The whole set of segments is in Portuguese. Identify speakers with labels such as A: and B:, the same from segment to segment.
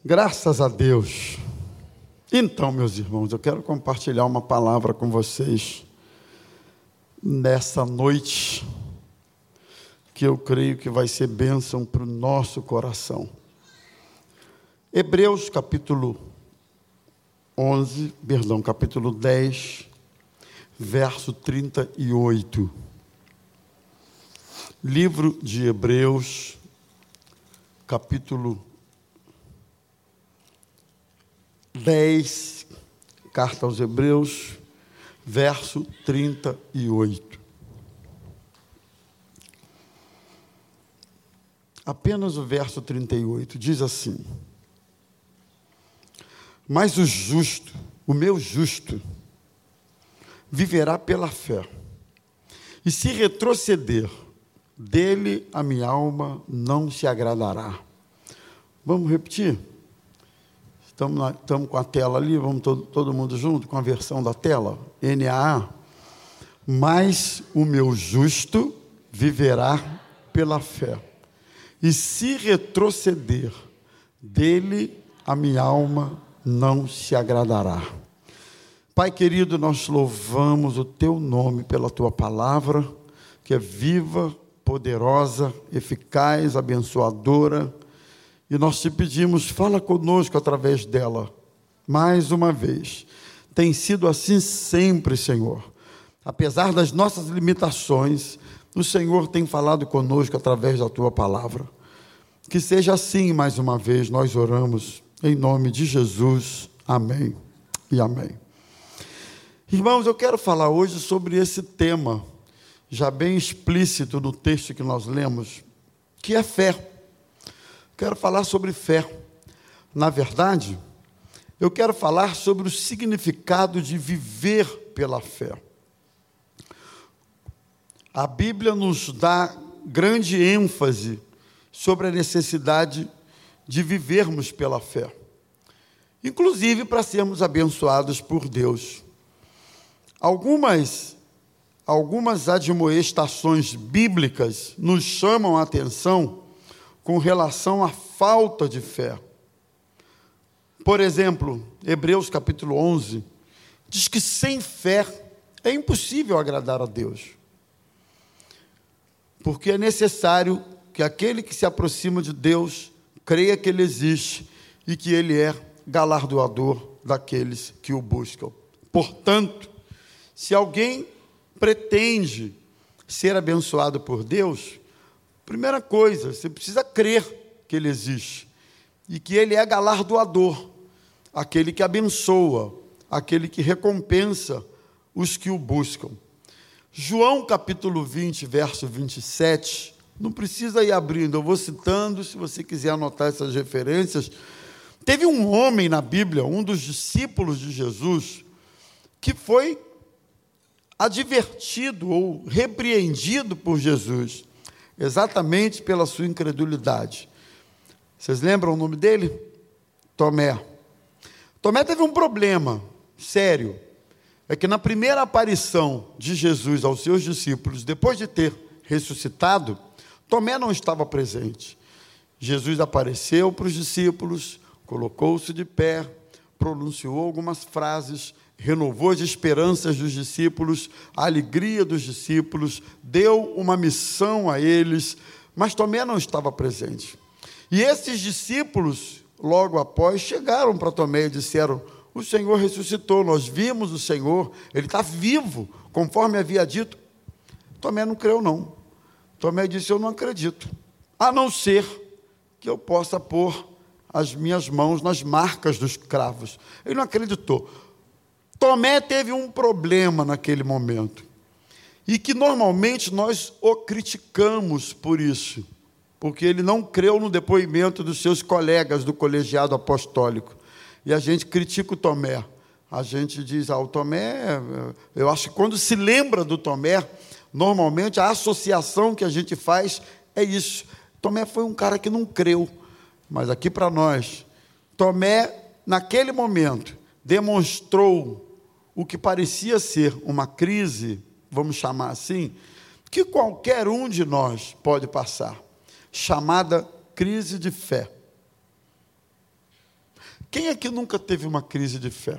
A: Graças a Deus. Então, meus irmãos, eu quero compartilhar uma palavra com vocês nessa noite, que eu creio que vai ser bênção para o nosso coração. Hebreus capítulo 10, verso 38. Livro de Hebreus, capítulo 10, carta aos Hebreus, verso 38. Apenas o verso 38 diz assim: mas o justo, o meu justo, viverá pela fé, e se retroceder, dele a minha alma não se agradará. Vamos repetir? Estamos com a tela ali, vamos todo mundo junto com a versão da tela, NAA. Mas o meu justo viverá pela fé, e se retroceder, dele a minha alma não se agradará. Pai querido, nós louvamos o teu nome pela tua palavra, que é viva, poderosa, eficaz, abençoadora, e nós te pedimos, fala conosco através dela, mais uma vez. Tem sido assim sempre, Senhor. Apesar das nossas limitações, o Senhor tem falado conosco através da tua palavra. Que seja assim mais uma vez, nós oramos, em nome de Jesus. Amém e amém. Irmãos, eu quero falar hoje sobre esse tema, já bem explícito no texto que nós lemos, que é fé. Quero falar sobre fé. Na verdade, eu quero falar sobre o significado de viver pela fé. A Bíblia nos dá grande ênfase sobre a necessidade de vivermos pela fé, inclusive para sermos abençoados por Deus. Algumas admoestações bíblicas nos chamam a atenção com relação à falta de fé. Por exemplo, Hebreus capítulo 11, diz que sem fé é impossível agradar a Deus, porque é necessário que aquele que se aproxima de Deus creia que Ele existe e que Ele é galardoador daqueles que o buscam. Portanto, se alguém pretende ser abençoado por Deus, primeira coisa, você precisa crer que Ele existe e que Ele é galardoador, aquele que abençoa, aquele que recompensa os que o buscam. João capítulo 20, verso 27, não precisa ir abrindo, eu vou citando, se você quiser anotar essas referências. Teve um homem na Bíblia, um dos discípulos de Jesus, que foi advertido ou repreendido por Jesus, exatamente pela sua incredulidade. Vocês lembram o nome dele? Tomé. Tomé teve um problema sério, é que na primeira aparição de Jesus aos seus discípulos, depois de ter ressuscitado, Tomé não estava presente. Jesus apareceu para os discípulos, colocou-se de pé, pronunciou algumas frases, renovou as esperanças dos discípulos, a alegria dos discípulos, deu uma missão a eles, mas Tomé não estava presente. E esses discípulos, logo após, chegaram para Tomé e disseram: o Senhor ressuscitou, nós vimos o Senhor, Ele está vivo, conforme havia dito. Tomé não creu, não. Tomé disse: eu não acredito, a não ser que eu possa pôr as minhas mãos nas marcas dos cravos. Ele não acreditou. Tomé teve um problema naquele momento, e que normalmente nós o criticamos por isso, porque ele não creu no depoimento dos seus colegas do colegiado apostólico, e a gente critica o Tomé. A gente diz: o Tomé, eu acho que quando se lembra do Tomé, normalmente a associação que a gente faz é isso. Tomé foi um cara que não creu, mas aqui para nós, Tomé, naquele momento, demonstrou o que parecia ser uma crise, vamos chamar assim, que qualquer um de nós pode passar, chamada crise de fé. Quem aqui nunca teve uma crise de fé?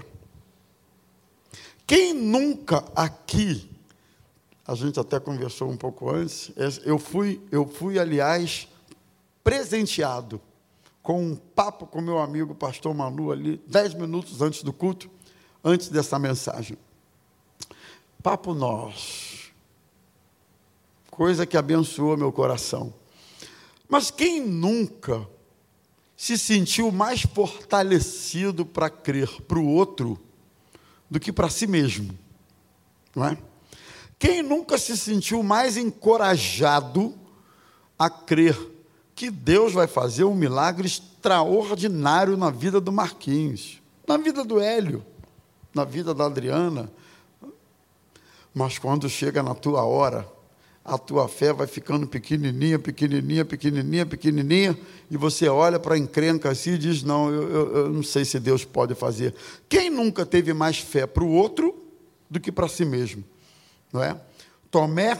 A: Quem nunca aqui, a gente até conversou um pouco antes, eu fui, aliás, presenteado com um papo com meu amigo pastor Manu ali, 10 minutos antes do culto, antes dessa mensagem. Papo nós. Coisa que abençoou meu coração. Mas quem nunca se sentiu mais fortalecido para crer para o outro do que para si mesmo? Não é? Quem nunca se sentiu mais encorajado a crer que Deus vai fazer um milagre extraordinário na vida do Marquinhos, na vida do Hélio, na vida da Adriana? Mas quando chega na tua hora, a tua fé vai ficando pequenininha, pequenininha, pequenininha, pequenininha, e você olha para a encrenca assim e diz, não, eu não sei se Deus pode fazer. Quem nunca teve mais fé para o outro do que para si mesmo? Não é? Tomé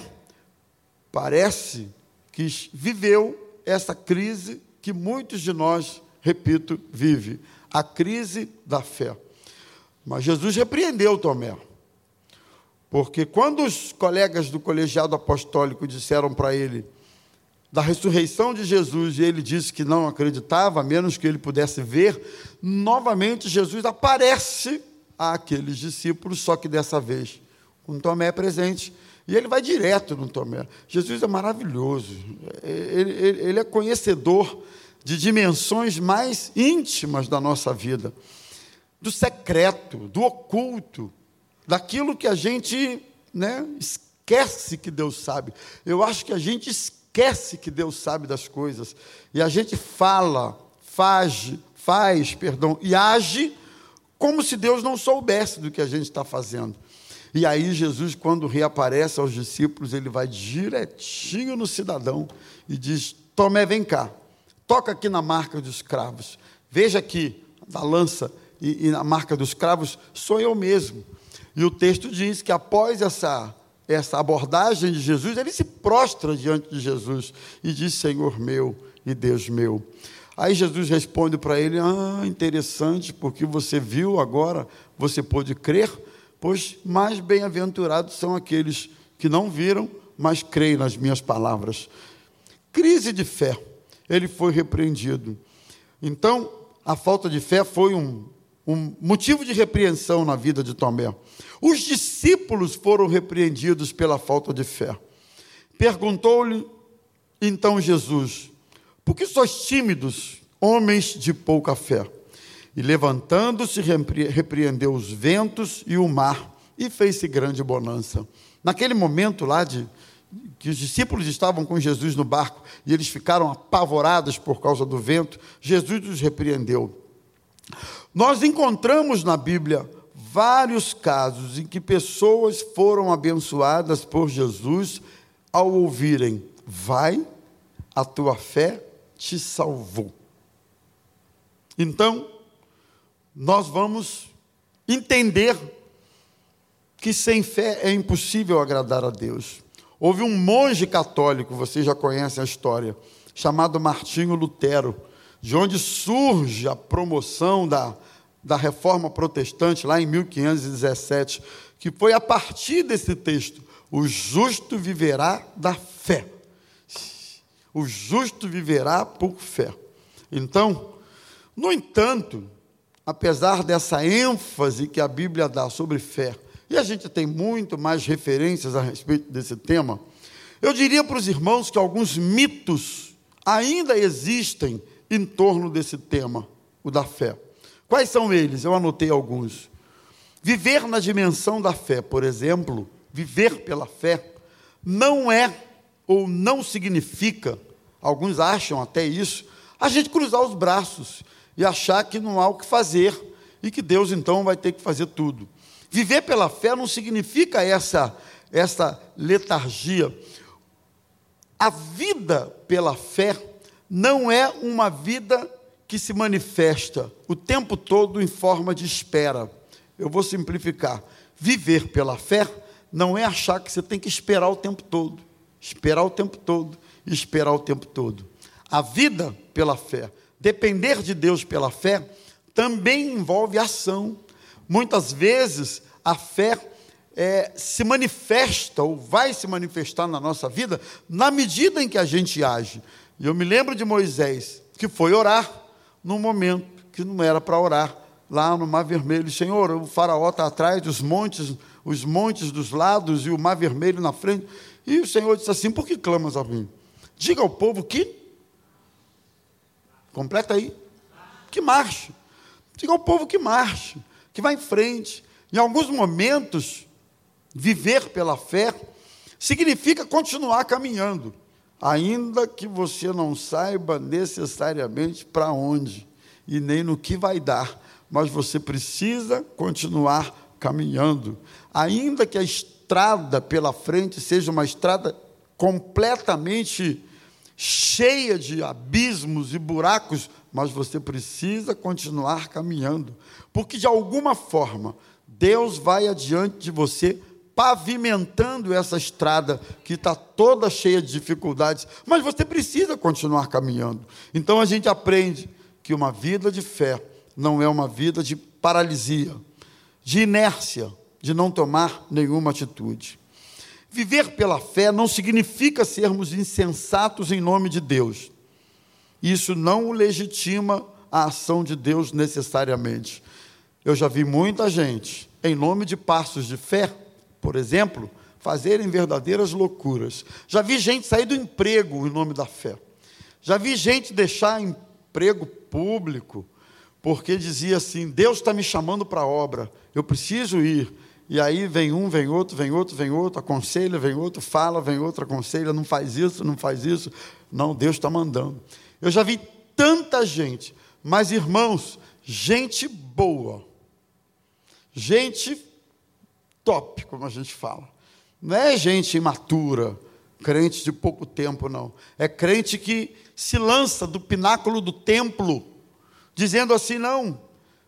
A: parece que viveu essa crise que muitos de nós, repito, vive, a crise da fé. Mas Jesus repreendeu Tomé, porque quando os colegas do colegiado apostólico disseram para ele da ressurreição de Jesus, e ele disse que não acreditava, a menos que ele pudesse ver, novamente Jesus aparece àqueles discípulos, só que dessa vez com Tomé presente, e ele vai direto no Tomé. Jesus é maravilhoso, ele é conhecedor de dimensões mais íntimas da nossa vida, do secreto, do oculto, daquilo que a gente, esquece que Deus sabe. Eu acho que a gente esquece que Deus sabe das coisas, e a gente faz, e age como se Deus não soubesse do que a gente está fazendo. E aí Jesus, quando reaparece aos discípulos, ele vai direitinho no cidadão e diz, Tomé, vem cá, toca aqui na marca dos cravos, veja aqui, na lança e na marca dos cravos, sou eu mesmo. E o texto diz que após essa abordagem de Jesus, ele se prostra diante de Jesus e diz, Senhor meu e Deus meu. Aí Jesus responde para ele, interessante, porque você viu agora, você pôde crer, pois mais bem-aventurados são aqueles que não viram, mas creem nas minhas palavras. Crise de fé, ele foi repreendido. Então, a falta de fé foi um motivo de repreensão na vida de Tomé. Os discípulos foram repreendidos pela falta de fé. Perguntou-lhe, então, Jesus, por que sois tímidos, homens de pouca fé? E levantando-se, repreendeu os ventos e o mar, e fez-se grande bonança. Naquele momento lá, que os discípulos estavam com Jesus no barco, e eles ficaram apavorados por causa do vento, Jesus os repreendeu. Nós encontramos na Bíblia vários casos em que pessoas foram abençoadas por Jesus ao ouvirem, vai, a tua fé te salvou. Então, nós vamos entender que sem fé é impossível agradar a Deus. Houve um monge católico, vocês já conhecem a história, chamado Martinho Lutero, de onde surge a promoção da Reforma Protestante, lá em 1517, que foi a partir desse texto, o justo viverá da fé. O justo viverá por fé. Então, no entanto, apesar dessa ênfase que a Bíblia dá sobre fé, e a gente tem muito mais referências a respeito desse tema, eu diria para os irmãos que alguns mitos ainda existem em torno desse tema, o da fé. Quais são eles? Eu anotei alguns. Viver na dimensão da fé, por exemplo, viver pela fé, não é ou não significa, alguns acham até isso, a gente cruzar os braços e achar que não há o que fazer e que Deus então vai ter que fazer tudo. Viver pela fé não significa essa letargia. A vida pela fé não é uma vida que se manifesta o tempo todo em forma de espera. Eu vou simplificar. Viver pela fé não é achar que você tem que esperar o tempo todo. Esperar o tempo todo e esperar o tempo todo. A vida pela fé, depender de Deus pela fé, também envolve ação. Muitas vezes a fé se manifesta ou vai se manifestar na nossa vida na medida em que a gente age. E eu me lembro de Moisés, que foi orar num momento que não era para orar, lá no Mar Vermelho. Senhor, o faraó está atrás, os montes dos lados e o Mar Vermelho na frente. E o Senhor disse assim: por que clamas a mim? Diga ao povo que... Completa aí. Que marche. Diga ao povo que marche, que vá em frente. Em alguns momentos, viver pela fé significa continuar caminhando, ainda que você não saiba necessariamente para onde e nem no que vai dar, mas você precisa continuar caminhando, ainda que a estrada pela frente seja uma estrada completamente cheia de abismos e buracos, mas você precisa continuar caminhando, porque de alguma forma Deus vai adiante de você, pavimentando essa estrada que está toda cheia de dificuldades, mas você precisa continuar caminhando. Então a gente aprende que uma vida de fé não é uma vida de paralisia, de inércia, de não tomar nenhuma atitude. Viver pela fé não significa sermos insensatos em nome de Deus. Isso não legitima a ação de Deus necessariamente. Eu já vi muita gente, em nome de passos de fé, por exemplo, fazerem verdadeiras loucuras. Já vi gente sair do emprego em nome da fé. Já vi gente deixar emprego público, porque dizia assim: Deus está me chamando para a obra, eu preciso ir. E aí vem um, vem outro, aconselha, vem outro, fala, vem outro, aconselha, não faz isso, não faz isso. Não, Deus está mandando. Eu já vi tanta gente, mas irmãos, gente boa, gente top, como a gente fala. Não é gente imatura, crente de pouco tempo, não. É crente que se lança do pináculo do templo, dizendo assim: não,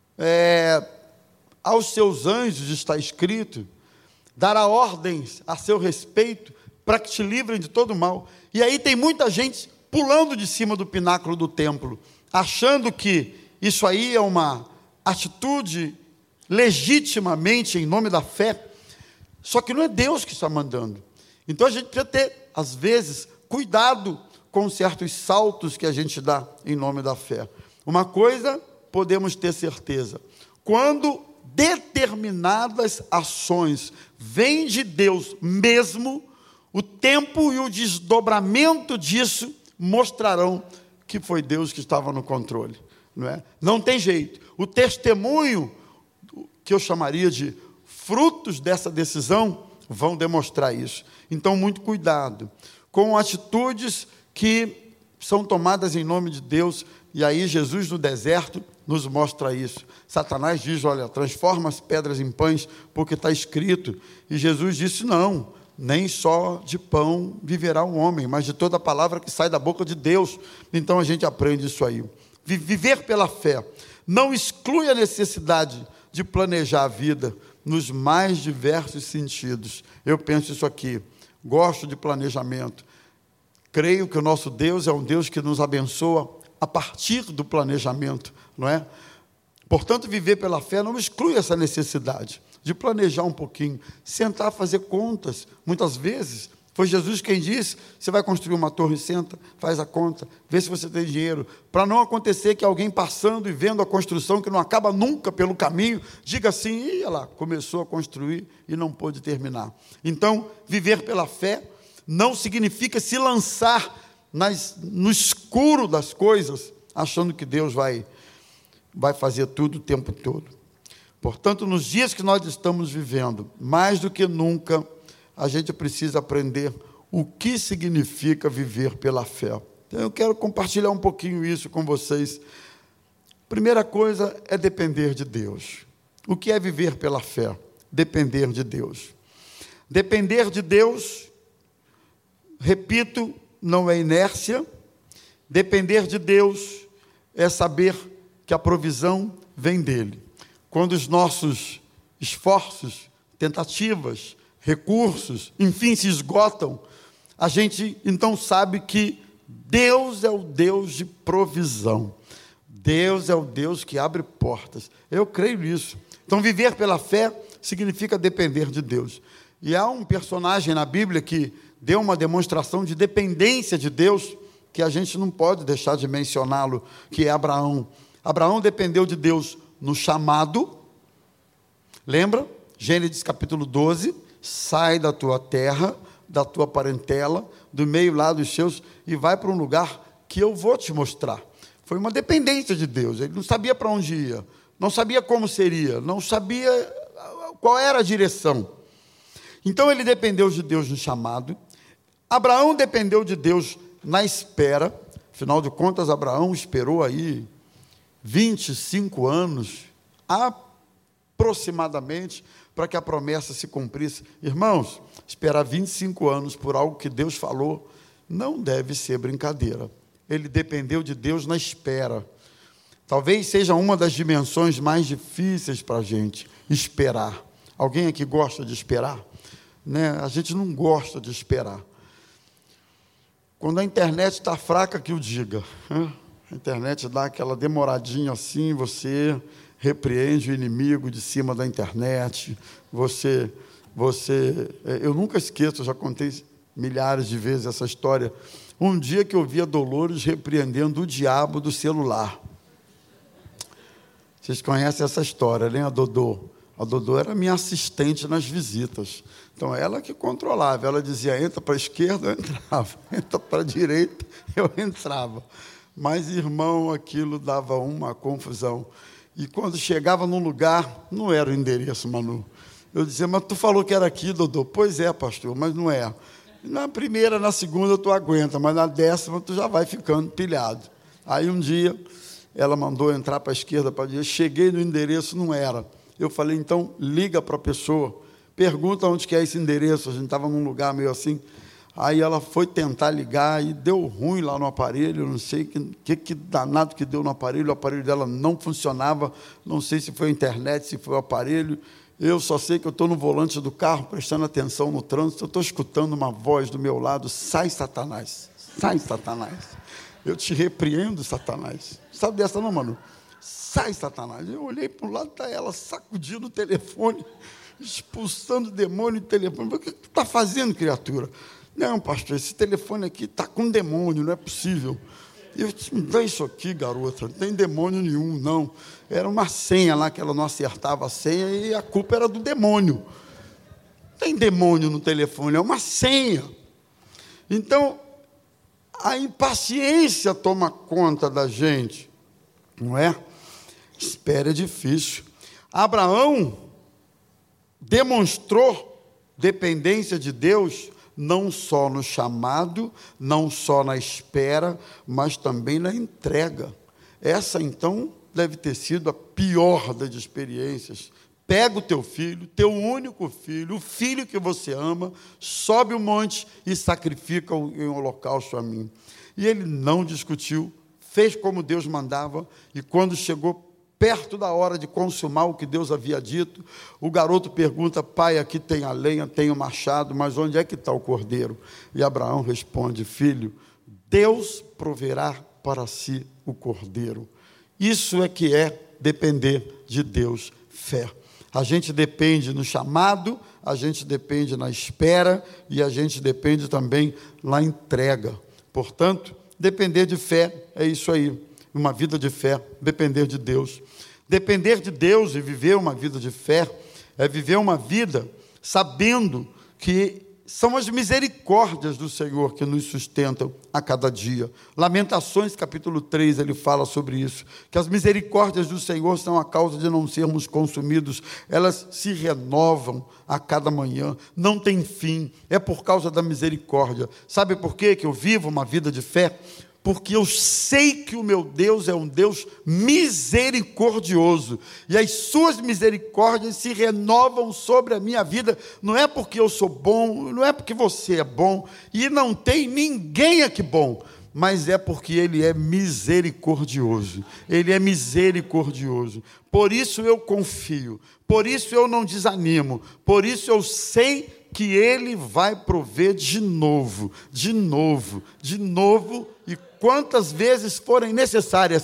A: aos seus anjos está escrito, dará ordens a seu respeito, para que te livrem de todo mal. E aí tem muita gente pulando de cima do pináculo do templo, achando que isso aí é uma atitude legitimamente em nome da fé, só que não é Deus que está mandando. Então a gente precisa ter, às vezes, cuidado com certos saltos que a gente dá em nome da fé. Uma coisa podemos ter certeza: quando determinadas ações vêm de Deus mesmo, o tempo e o desdobramento disso mostrarão que foi Deus que estava no controle, não é? Não tem jeito. O testemunho, que eu chamaria de frutos dessa decisão, vão demonstrar isso. Então, muito cuidado com atitudes que são tomadas em nome de Deus. E aí Jesus no deserto nos mostra isso. Satanás diz: olha, transforma as pedras em pães, porque está escrito. E Jesus disse: não, nem só de pão viverá o homem, mas de toda a palavra que sai da boca de Deus. Então a gente aprende isso aí. Viver pela fé não exclui a necessidade de planejar a vida nos mais diversos sentidos. Eu penso isso aqui: gosto de planejamento. Creio que o nosso Deus é um Deus que nos abençoa a partir do planejamento, não é? Portanto, viver pela fé não exclui essa necessidade de planejar um pouquinho, sentar, fazer contas. Muitas vezes, foi Jesus quem disse: você vai construir uma torre, senta, faz a conta, vê se você tem dinheiro, para não acontecer que alguém passando e vendo a construção, que não acaba nunca pelo caminho, diga assim: ih, olha lá, começou a construir e não pôde terminar. Então, viver pela fé não significa se lançar no escuro das coisas, achando que Deus vai fazer tudo o tempo todo. Portanto, nos dias que nós estamos vivendo, mais do que nunca, a gente precisa aprender o que significa viver pela fé. Então, eu quero compartilhar um pouquinho isso com vocês. Primeira coisa é depender de Deus. O que é viver pela fé? Depender de Deus. Depender de Deus, repito, não é inércia. Depender de Deus é saber que a provisão vem dele. Quando os nossos esforços, tentativas, recursos, enfim, se esgotam, a gente então sabe que Deus é o Deus de provisão. Deus é o Deus que abre portas. Eu creio nisso. Então, viver pela fé significa depender de Deus. E há um personagem na Bíblia que deu uma demonstração de dependência de Deus, que a gente não pode deixar de mencioná-lo, que é Abraão. Abraão dependeu de Deus no chamado. Lembra? Gênesis capítulo 12, sai da tua terra, da tua parentela, do meio lá dos seus, e vai para um lugar que eu vou te mostrar. Foi uma dependência de Deus. Ele não sabia para onde ia, não sabia como seria, não sabia qual era a direção. Então ele dependeu de Deus no chamado. Abraão dependeu de Deus na espera. Afinal de contas, Abraão esperou aí 25 anos, aproximadamente, para que a promessa se cumprisse. Irmãos, esperar 25 anos por algo que Deus falou não deve ser brincadeira. Ele dependeu de Deus na espera. Talvez seja uma das dimensões mais difíceis para a gente, esperar. Alguém aqui gosta de esperar? Né? A gente não gosta de esperar. Quando a internet está fraca, que o diga. A internet dá aquela demoradinha assim, você repreende o inimigo de cima da internet. Eu nunca esqueço, já contei milhares de vezes essa história. Um dia que eu vi a Dolores repreendendo o diabo do celular. Vocês conhecem essa história, né? A Dodô. A Dodô era minha assistente nas visitas. Então, ela que controlava. Ela dizia, entra para a esquerda, eu entrava. Entra para a direita, eu entrava. Mas, irmão, aquilo dava uma confusão. E quando chegava num lugar, não era o endereço, Manu. Eu dizia, mas tu falou que era aqui, Dodô. Pois é, pastor, mas não é. Na primeira, na segunda, tu aguenta, mas na 10ª, tu já vai ficando pilhado. Aí, um dia, ela mandou entrar para a esquerda, para a direita. Cheguei no endereço, não era. Eu falei, então, liga para a pessoa, pergunta onde que é esse endereço. A gente estava num lugar meio assim. Aí ela foi tentar ligar e deu ruim lá no aparelho. Eu não sei que danado que deu no aparelho. O aparelho dela não funcionava. Não sei se foi a internet, se foi o aparelho. Eu só sei que eu estou no volante do carro, prestando atenção no trânsito. Eu estou escutando uma voz do meu lado. Sai, Satanás. Sai, Satanás. Eu te repreendo, Satanás. Sabe dessa não, Manu? Sai, Satanás. Eu olhei para o lado, está ela sacudindo o telefone, expulsando o demônio do telefone. O que tu está fazendo, criatura? Não, pastor, esse telefone aqui está com demônio, não é possível. Eu disse, me dá isso aqui, garota, não tem demônio nenhum, não. Era uma senha lá, que ela não acertava a senha, e a culpa era do demônio. Não tem demônio no telefone, é uma senha. Então, a impaciência toma conta da gente, não é? Espera é difícil. Abraão demonstrou dependência de Deus, não só no chamado, não só na espera, mas também na entrega. Essa, então, deve ter sido a pior das experiências. Pega o teu filho, teu único filho, o filho que você ama, sobe o monte e sacrifica em holocausto a mim. E ele não discutiu, fez como Deus mandava, e quando chegou perto da hora de consumar o que Deus havia dito, o garoto pergunta, pai, aqui tem a lenha, tem o machado, mas onde é que está o cordeiro? E Abraão responde, filho, Deus proverá para si o cordeiro. Isso é que é depender de Deus, fé. A gente depende no chamado, a gente depende na espera e a gente depende também na entrega. Portanto, depender de fé é isso aí. Uma vida de fé, depender de Deus. Depender de Deus e viver uma vida de fé é viver uma vida sabendo que são as misericórdias do Senhor que nos sustentam a cada dia. Lamentações, capítulo 3, ele fala sobre isso, que as misericórdias do Senhor são a causa de não sermos consumidos, elas se renovam a cada manhã, não tem fim, é por causa da misericórdia. Sabe por quê que eu vivo uma vida de fé? Porque eu sei que o meu Deus é um Deus misericordioso, e as suas misericórdias se renovam sobre a minha vida, não é porque eu sou bom, não é porque você é bom, e não tem ninguém aqui bom, mas é porque Ele é misericordioso, Ele é misericordioso, por isso eu confio, por isso eu não desanimo, por isso eu sei que Ele vai prover de novo, e quantas vezes forem necessárias,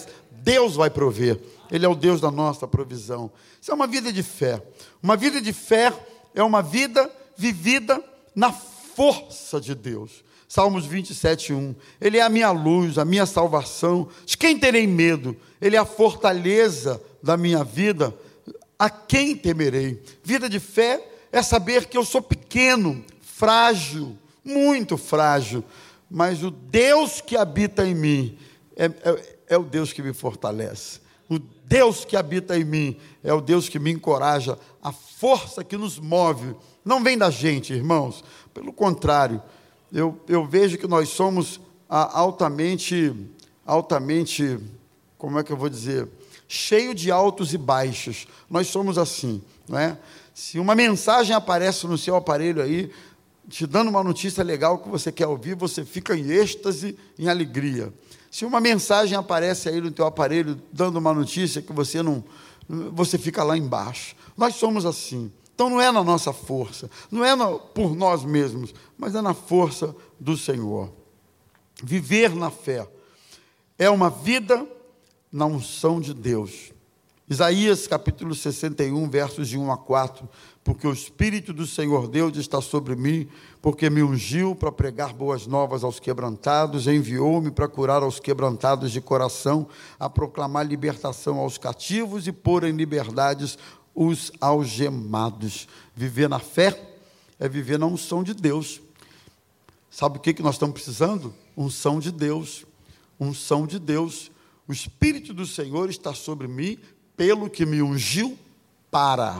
A: Deus vai prover. Ele é o Deus da nossa provisão. Isso é uma vida de fé. Uma vida de fé é uma vida vivida na força de Deus. Salmos 27:1. Ele é a minha luz, a minha salvação. De quem terei medo? Ele é a fortaleza da minha vida. A quem temerei? Vida de fé é saber que eu sou pequeno, frágil, muito frágil, mas o Deus que habita em mim é o Deus que me fortalece. O Deus que habita em mim é o Deus que me encoraja. A força que nos move não vem da gente, irmãos. Pelo contrário, eu vejo que nós somos altamente, como é que eu vou dizer? Cheio de altos e baixos. Nós somos assim, não é? Se uma mensagem aparece no seu aparelho aí, te dando uma notícia legal que você quer ouvir, você fica em êxtase, em alegria. Se uma mensagem aparece aí no teu aparelho, dando uma notícia que você fica lá embaixo. Nós somos assim. Então não é na nossa força, não é por nós mesmos, mas é na força do Senhor. Viver na fé é uma vida na unção de Deus. Isaías capítulo 61, versos de 1 a 4. Porque o Espírito do Senhor Deus está sobre mim, porque me ungiu para pregar boas novas aos quebrantados, enviou-me para curar aos quebrantados de coração, a proclamar libertação aos cativos e pôr em liberdades os algemados. Viver na fé é viver na unção de Deus. Sabe o que nós estamos precisando? Unção de Deus. Unção de Deus. O Espírito do Senhor está sobre mim, pelo que me ungiu para.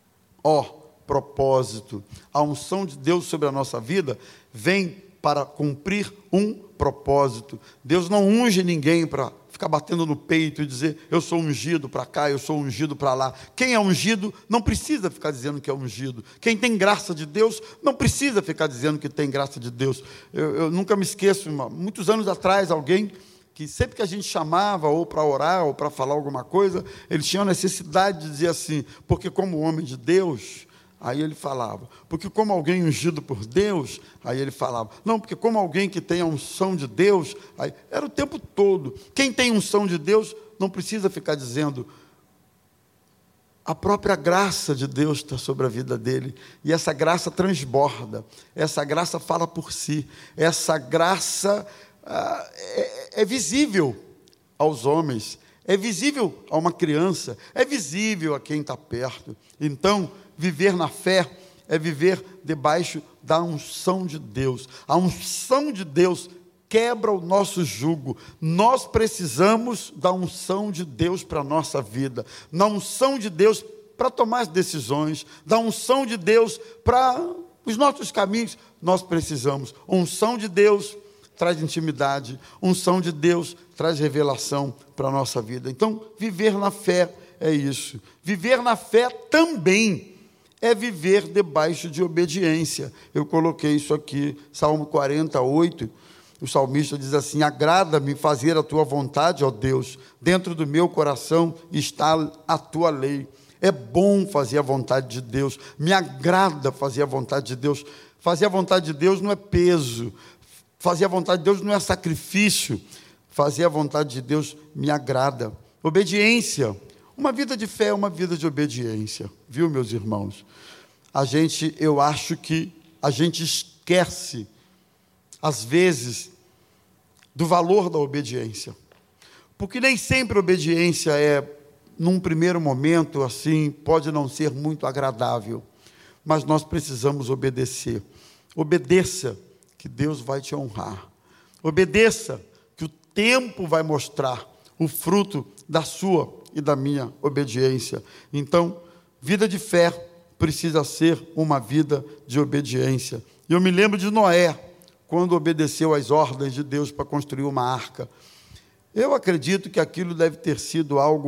A: Propósito. A unção de Deus sobre a nossa vida vem para cumprir um propósito. Deus não unge ninguém para ficar batendo no peito e dizer, eu sou ungido para cá, eu sou ungido para lá. Quem é ungido não precisa ficar dizendo que é ungido. Quem tem graça de Deus não precisa ficar dizendo que tem graça de Deus. Eu nunca me esqueço, muitos anos atrás, alguém que sempre que a gente chamava ou para orar ou para falar alguma coisa, ele tinha a necessidade de dizer assim, porque como homem de Deus, aí ele falava, porque como alguém ungido por Deus, aí ele falava, não, porque como alguém que tem a unção de Deus, aí, era o tempo todo. Quem tem unção de Deus não precisa ficar dizendo, a própria graça de Deus está sobre a vida dele, e essa graça transborda, essa graça fala por si, essa graça é visível aos homens, é visível a uma criança, é visível a quem está perto. Então, viver na fé é viver debaixo da unção de Deus. A unção de Deus quebra o nosso jugo. Nós precisamos da unção de Deus para a nossa vida, da unção de Deus para tomar as decisões, da unção de Deus para os nossos caminhos. Nós precisamos. Unção de Deus traz intimidade, unção de Deus traz revelação para a nossa vida. Então, viver na fé é isso. Viver na fé também é viver debaixo de obediência. Eu coloquei isso aqui, Salmo 48, o salmista diz assim, agrada-me fazer a tua vontade, ó Deus, dentro do meu coração está a tua lei. É bom fazer a vontade de Deus, me agrada fazer a vontade de Deus. Fazer a vontade de Deus não é peso, fazer a vontade de Deus não é sacrifício, fazer a vontade de Deus me agrada. Obediência, uma vida de fé é uma vida de obediência, viu, meus irmãos? Eu acho que a gente esquece, às vezes, do valor da obediência, porque nem sempre a obediência num primeiro momento, assim, pode não ser muito agradável, mas nós precisamos obedecer. Obedeça, que Deus vai te honrar. Obedeça, que o tempo vai mostrar o fruto da sua e da minha obediência. Então, vida de fé precisa ser uma vida de obediência. Eu me lembro de Noé, quando obedeceu às ordens de Deus para construir uma arca. Eu acredito que aquilo deve ter sido algo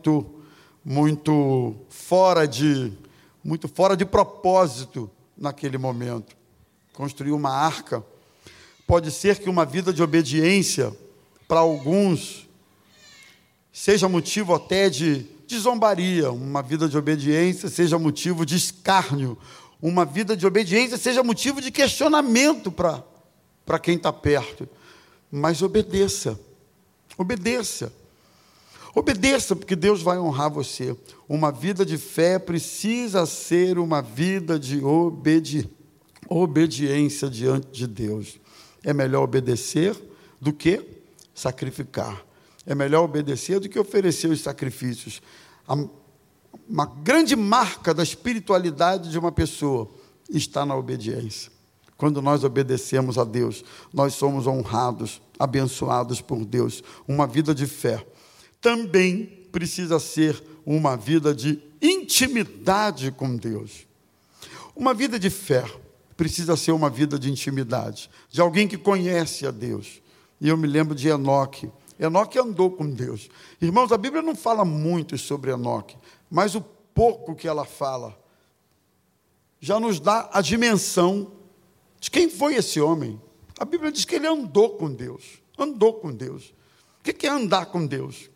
A: muito fora de propósito naquele momento. Construir uma arca. Pode ser que uma vida de obediência, para alguns, seja motivo até de zombaria, uma vida de obediência seja motivo de escárnio, uma vida de obediência seja motivo de questionamento para quem está perto. Mas obedeça, obedeça. Obedeça, porque Deus vai honrar você. Uma vida de fé precisa ser uma vida de obediência diante de Deus. É melhor obedecer do que sacrificar. É melhor obedecer do que oferecer os sacrifícios. Uma grande marca da espiritualidade de uma pessoa está na obediência. Quando nós obedecemos a Deus, nós somos honrados, abençoados por Deus. Uma vida de fé também precisa ser uma vida de intimidade com Deus. Uma vida de fé precisa ser uma vida de intimidade, de alguém que conhece a Deus. E eu me lembro de Enoque. Enoque andou com Deus. Irmãos, a Bíblia não fala muito sobre Enoque, mas o pouco que ela fala já nos dá a dimensão de quem foi esse homem. A Bíblia diz que ele andou com Deus. Andou com Deus. O que é andar com Deus?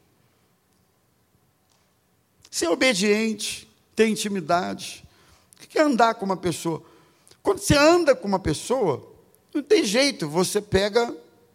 A: Ser obediente, ter intimidade. O que é andar com uma pessoa? Quando você anda com uma pessoa, não tem jeito, você pega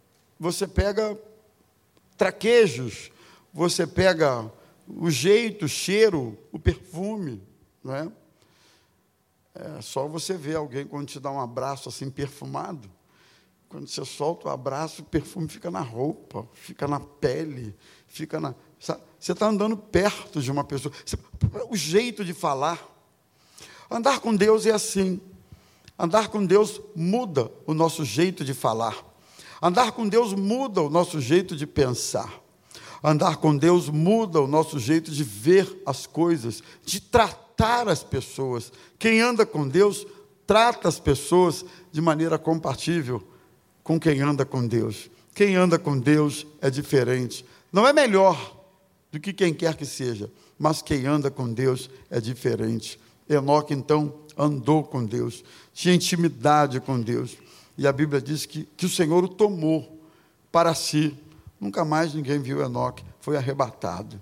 A: traquejos, você pega o jeito, o cheiro, o perfume, não é? É só você ver alguém quando te dá um abraço assim perfumado, quando você solta o abraço, o perfume fica na roupa, fica na pele, fica na... Sabe? Você está andando perto de uma pessoa, o jeito de falar. Andar com Deus é assim. Andar com Deus muda o nosso jeito de falar. Andar com Deus muda o nosso jeito de pensar. Andar com Deus muda o nosso jeito de ver as coisas, de tratar as pessoas. Quem anda com Deus, trata as pessoas de maneira compatível com quem anda com Deus. Quem anda com Deus é diferente. Não é melhor do que quem quer que seja, mas quem anda com Deus é diferente. Enoque, então, andou com Deus, tinha intimidade com Deus. E a Bíblia diz que o Senhor o tomou para si. Nunca mais ninguém viu Enoque, foi arrebatado.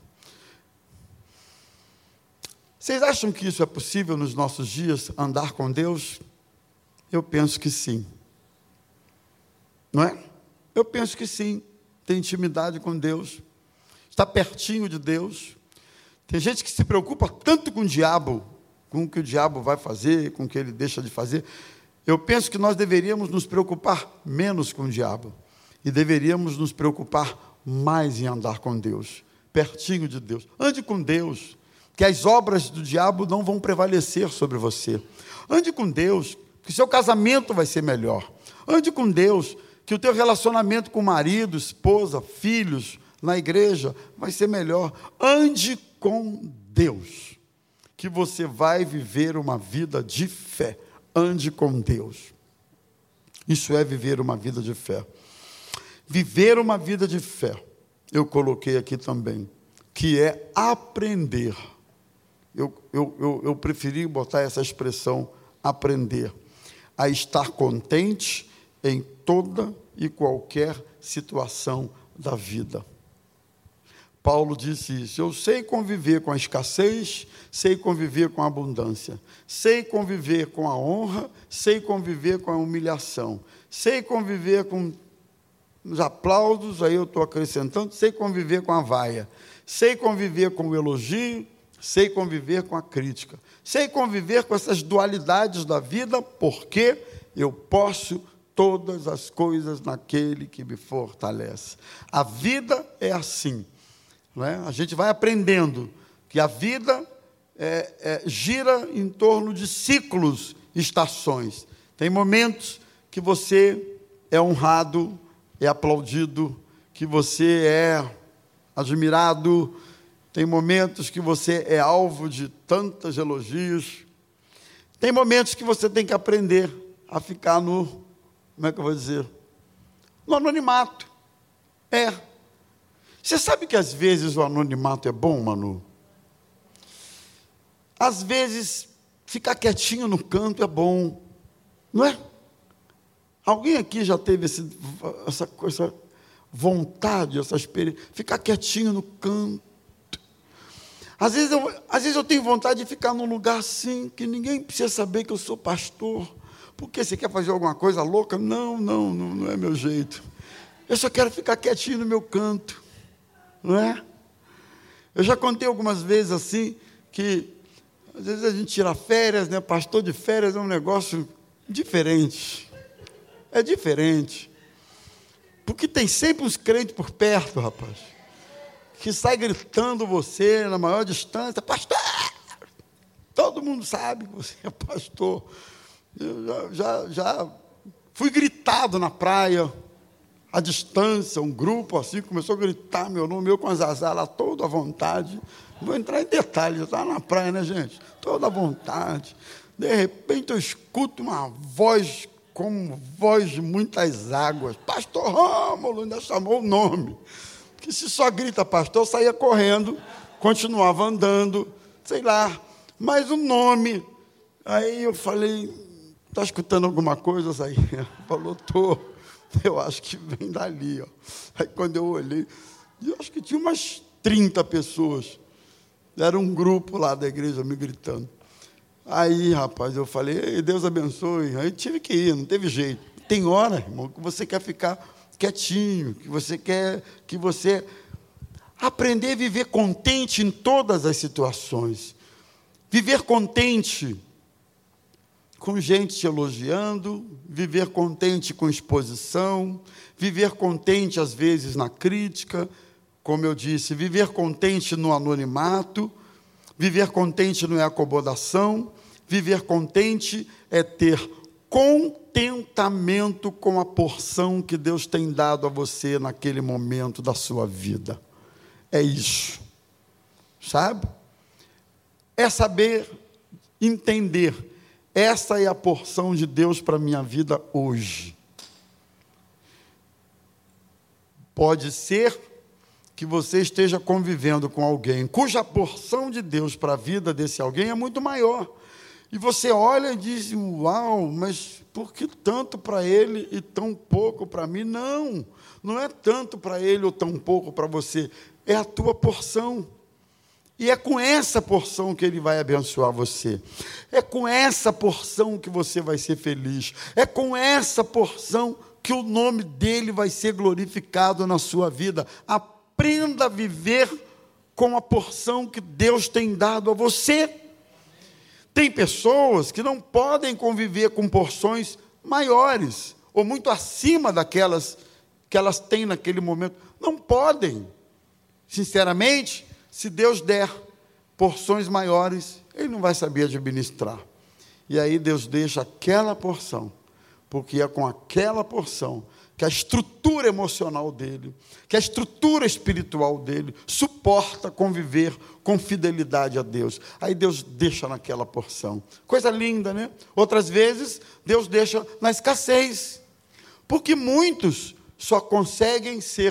A: Vocês acham que isso é possível nos nossos dias, andar com Deus? Eu penso que sim. Não é? Eu penso que sim. Ter intimidade com Deus, estar pertinho de Deus. Tem gente que se preocupa tanto com o diabo, com o que o diabo vai fazer, com o que ele deixa de fazer. Eu penso que nós deveríamos nos preocupar menos com o diabo e deveríamos nos preocupar mais em andar com Deus, pertinho de Deus. Ande com Deus, que as obras do diabo não vão prevalecer sobre você. Ande com Deus, que o seu casamento vai ser melhor. Ande com Deus, que o teu relacionamento com o marido, esposa, filhos, na igreja, vai ser melhor. Ande com Deus, que você vai viver uma vida de fé. Ande com Deus. Isso é viver uma vida de fé. Viver uma vida de fé, eu coloquei aqui também, que é aprender. Eu preferi botar essa expressão, aprender, a estar contente em toda e qualquer situação da vida. Paulo disse isso: eu sei conviver com a escassez, sei conviver com a abundância, sei conviver com a honra, sei conviver com a humilhação, sei conviver com os aplausos, aí eu estou acrescentando, sei conviver com a vaia, sei conviver com o elogio, sei conviver com a crítica, sei conviver com essas dualidades da vida, porque eu posso todas as coisas naquele que me fortalece. A vida é assim. Não é? A gente vai aprendendo que a vida gira em torno de ciclos, estações. Tem momentos que você é honrado, é aplaudido, que você é admirado. Tem momentos que você é alvo de tantos elogios. Tem momentos que você tem que aprender a ficar no, como é que eu vou dizer? No anonimato. Você sabe que às vezes o anonimato é bom, Manu? Às vezes, ficar quietinho no canto é bom, não é? Alguém aqui já teve essa vontade, essa experiência, ficar quietinho no canto? Às vezes eu tenho vontade de ficar num lugar assim, que ninguém precisa saber que eu sou pastor. Porque você quer fazer alguma coisa louca? Não é meu jeito. Eu só quero ficar quietinho no meu canto. Não é? Eu já contei algumas vezes assim, que às vezes a gente tira férias, né? Pastor de férias é um negócio diferente. É diferente. Porque tem sempre uns crentes por perto, rapaz, que sai gritando você na maior distância: pastor! Todo mundo sabe que você é pastor. Eu já fui gritado na praia, à distância, um grupo assim, começou a gritar meu nome, eu com a Zazá lá, toda à vontade. Não vou entrar em detalhes, eu estava na praia, né, gente? Toda à vontade. De repente eu escuto uma voz, como voz de muitas águas: pastor Rômulo, ainda chamou o nome. Que se só grita pastor, eu saía correndo, continuava andando, sei lá, mas o nome. Aí eu falei: está escutando alguma coisa? Eu saí. Falou: estou. Eu acho que vem dali. Ó. Aí quando eu olhei, eu acho que tinha umas 30 pessoas. Era um grupo lá da igreja me gritando. Aí, rapaz, eu falei: Deus abençoe. Aí tive que ir, não teve jeito. Tem hora, irmão, que você quer ficar quietinho, que você aprender a viver contente em todas as situações. Viver contente com gente te elogiando, viver contente com exposição, viver contente às vezes na crítica, como eu disse, viver contente no anonimato, viver contente não é acomodação, viver contente é ter contentamento com a porção que Deus tem dado a você naquele momento da sua vida. É isso, sabe? É saber entender: essa é a porção de Deus para a minha vida hoje. Pode ser que você esteja convivendo com alguém cuja porção de Deus para a vida desse alguém é muito maior. E você olha e diz: uau, mas por que tanto para ele e tão pouco para mim? Não, não é tanto para ele ou tão pouco para você, é a tua porção. E é com essa porção que ele vai abençoar você. É com essa porção que você vai ser feliz. É com essa porção que o nome dele vai ser glorificado na sua vida. Aprenda a viver com a porção que Deus tem dado a você. Tem pessoas que não podem conviver com porções maiores, ou muito acima daquelas que elas têm naquele momento. Não podem. Sinceramente, se Deus der porções maiores, ele não vai saber administrar. E aí Deus deixa aquela porção, porque é com aquela porção que a estrutura emocional dele, que a estrutura espiritual dele suporta conviver com fidelidade a Deus. Aí Deus deixa naquela porção. Coisa linda, né? Outras vezes, Deus deixa na escassez, porque muitos só conseguem ser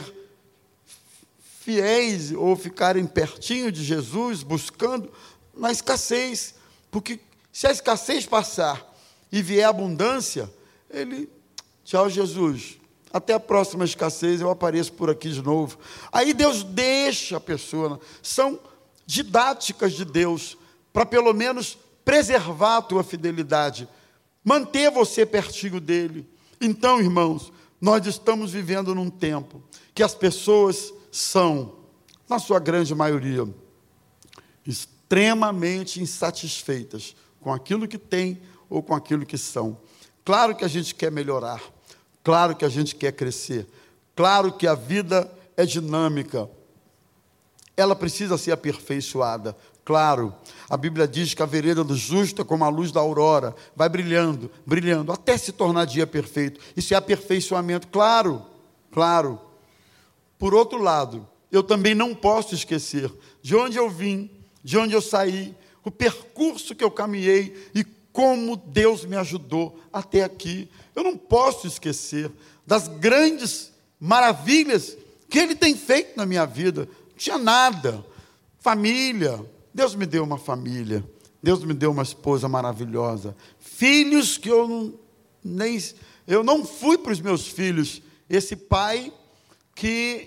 A: fiéis ou ficarem pertinho de Jesus, buscando na escassez, porque se a escassez passar e vier a abundância, ele: tchau, Jesus, até a próxima escassez, eu apareço por aqui de novo. Aí Deus deixa a pessoa. São didáticas de Deus, para pelo menos preservar a tua fidelidade, manter você pertinho dele. Então, irmãos, nós estamos vivendo num tempo que as pessoas são, na sua grande maioria, extremamente insatisfeitas com aquilo que têm ou com aquilo que são. Claro que a gente quer melhorar, claro que a gente quer crescer, claro que a vida é dinâmica, ela precisa ser aperfeiçoada. Claro, a Bíblia diz que a vereda do justo é como a luz da aurora, vai brilhando, brilhando, até se tornar dia perfeito. Isso é aperfeiçoamento, claro, claro. Por outro lado, eu também não posso esquecer de onde eu vim, de onde eu saí, o percurso que eu caminhei e como Deus me ajudou até aqui. Eu não posso esquecer das grandes maravilhas que Ele tem feito na minha vida. Não tinha nada. Família, Deus me deu uma família, Deus me deu uma esposa maravilhosa, filhos que eu não fui para os meus filhos, esse pai que,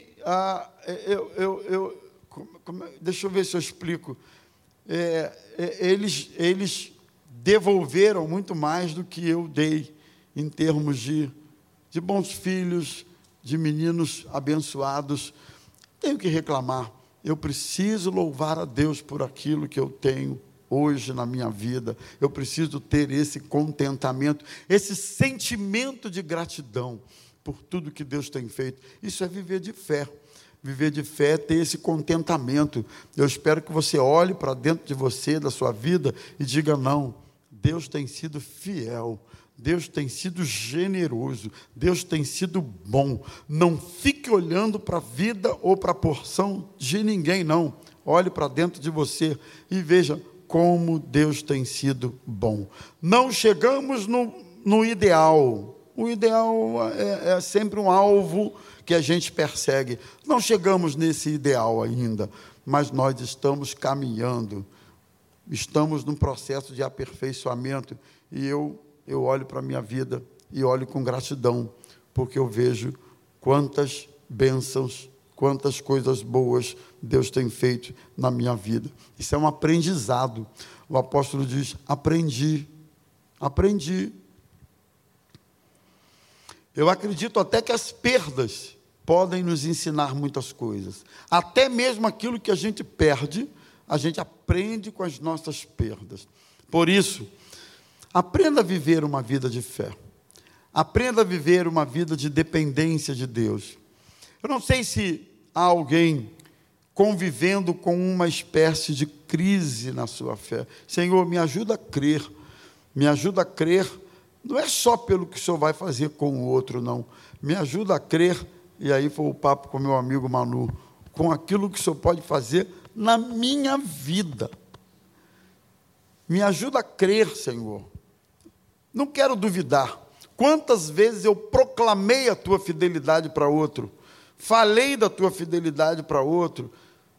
A: deixa eu ver se eu explico, eles devolveram muito mais do que eu dei, em termos de bons filhos, de meninos abençoados. Tenho que reclamar. eu preciso louvar a Deus por aquilo que eu tenho hoje na minha vida. Eu preciso ter esse contentamento, esse sentimento de gratidão por tudo que Deus tem feito. Isso é viver de fé. Viver de fé é ter esse contentamento. Eu espero que você olhe para dentro de você, da sua vida, e diga: não, Deus tem sido fiel, Deus tem sido generoso, Deus tem sido bom. Não fique olhando para a vida ou para a porção de ninguém, não. Olhe para dentro de você e veja como Deus tem sido bom. Não chegamos no ideal. O ideal é sempre um alvo que a gente persegue. Não chegamos nesse ideal ainda, mas nós estamos caminhando. Estamos num processo de aperfeiçoamento. E eu olho para a minha vida e olho com gratidão, porque eu vejo quantas bênçãos, quantas coisas boas Deus tem feito na minha vida. Isso é um aprendizado. O apóstolo diz: aprendi. Eu acredito até que as perdas podem nos ensinar muitas coisas. Até mesmo aquilo que a gente perde, a gente aprende com as nossas perdas. Por isso, aprenda a viver uma vida de fé. Aprenda a viver uma vida de dependência de Deus. Eu não sei se há alguém convivendo com uma espécie de crise na sua fé. Senhor, me ajuda a crer. Me ajuda a crer. Não é só pelo que o Senhor vai fazer com o outro, não. Me ajuda a crer, e aí foi o papo com meu amigo Manu, com aquilo que o Senhor pode fazer na minha vida. Me ajuda a crer, Senhor. Não quero duvidar. Quantas vezes eu proclamei a tua fidelidade para outro, falei da tua fidelidade para outro,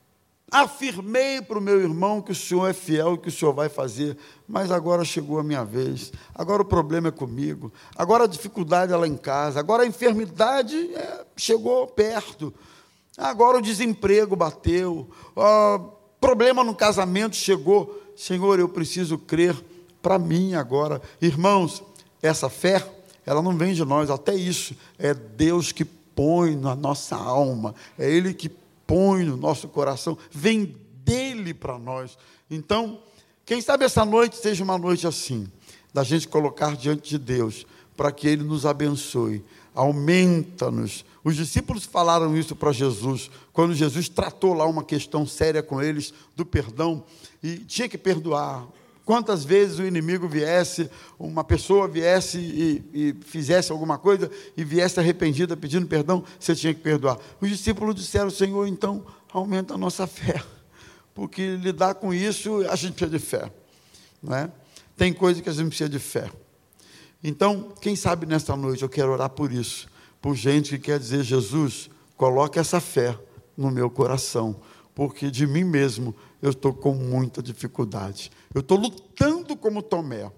A: afirmei para o meu irmão que o Senhor é fiel e que o Senhor vai fazer, mas agora chegou a minha vez, agora o problema é comigo, agora a dificuldade é lá em casa, agora a enfermidade chegou perto, agora o desemprego bateu, problema no casamento chegou. Senhor, eu preciso crer para mim agora. Irmãos, essa fé, ela não vem de nós, até isso, é Deus que põe na nossa alma, é Ele que põe no nosso coração, vem dele para nós. Então, quem sabe essa noite seja uma noite assim, da gente colocar diante de Deus, para que Ele nos abençoe, aumenta-nos. Os discípulos falaram isso para Jesus, quando Jesus tratou lá uma questão séria com eles, do perdão, e tinha que perdoar. Quantas vezes o inimigo viesse, uma pessoa viesse e fizesse alguma coisa, e viesse arrependida, pedindo perdão, você tinha que perdoar. Os discípulos disseram: Senhor, então, aumenta a nossa fé, porque lidar com isso, a gente precisa de fé, não é? Tem coisa que a gente precisa de fé. Então, quem sabe nesta noite eu quero orar por isso, por gente que quer dizer: Jesus, coloque essa fé no meu coração, porque de mim mesmo eu estou com muita dificuldade. Eu estou lutando como Tomé.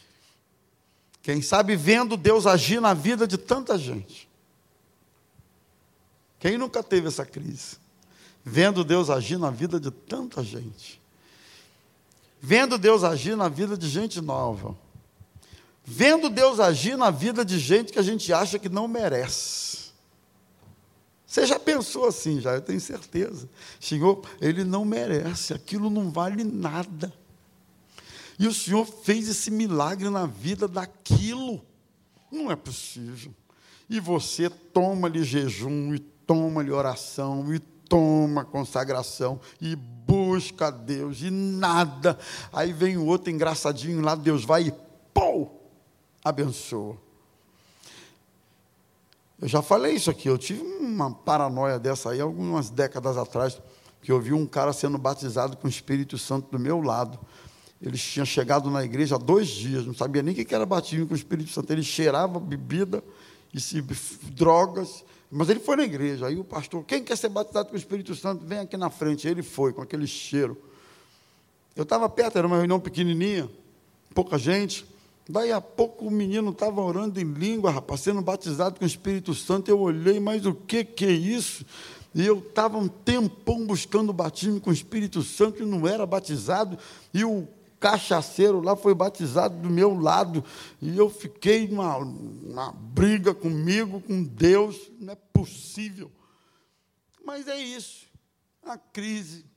A: Quem sabe vendo Deus agir na vida de tanta gente. Quem nunca teve essa crise? Vendo Deus agir na vida de tanta gente. Vendo Deus agir na vida de gente nova. Vendo Deus agir na vida de gente que a gente acha que não merece. Você já pensou assim, já? Eu tenho certeza. Senhor, ele não merece, aquilo não vale nada. E o Senhor fez esse milagre na vida daquilo. Não é possível. E você toma-lhe jejum, e toma-lhe oração, e toma consagração, e busca a Deus, e nada. Aí vem o outro engraçadinho lá, Deus vai e pô, abençoa. Eu já falei isso aqui, eu tive uma paranoia dessa aí, algumas décadas atrás, que eu vi um cara sendo batizado com o Espírito Santo do meu lado. Ele tinha chegado na igreja há 2 dias, não sabia nem o que era batismo com o Espírito Santo. Ele cheirava bebida, drogas, mas ele foi na igreja. Aí o pastor: quem quer ser batizado com o Espírito Santo, vem aqui na frente. Ele foi, com aquele cheiro. Eu estava perto, era uma reunião pequenininha, pouca gente. Daí a pouco o menino estava orando em língua, rapaz, sendo batizado com o Espírito Santo. Eu olhei: mas o que é isso? E eu estava um tempão buscando o batismo com o Espírito Santo e não era batizado, e o cachaceiro lá foi batizado do meu lado, e eu fiquei numa briga comigo, com Deus. Não é possível. Mas é isso. A crise.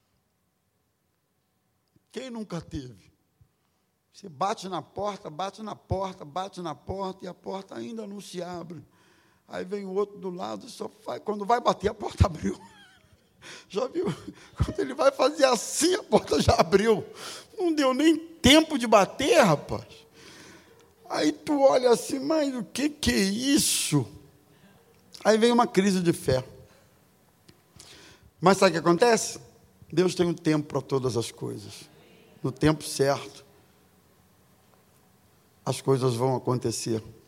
A: Quem nunca teve? Você bate na porta, bate na porta, bate na porta, e a porta ainda não se abre. Aí vem o outro do lado, só faz, quando vai bater, a porta abriu. Já viu? Quando ele vai fazer assim, a porta já abriu. Não deu nem tempo de bater, rapaz. Aí tu olha assim, mas o que é isso? Aí vem uma crise de fé. Mas sabe o que acontece? Deus tem um tempo para todas as coisas. No tempo certo, as coisas vão acontecer.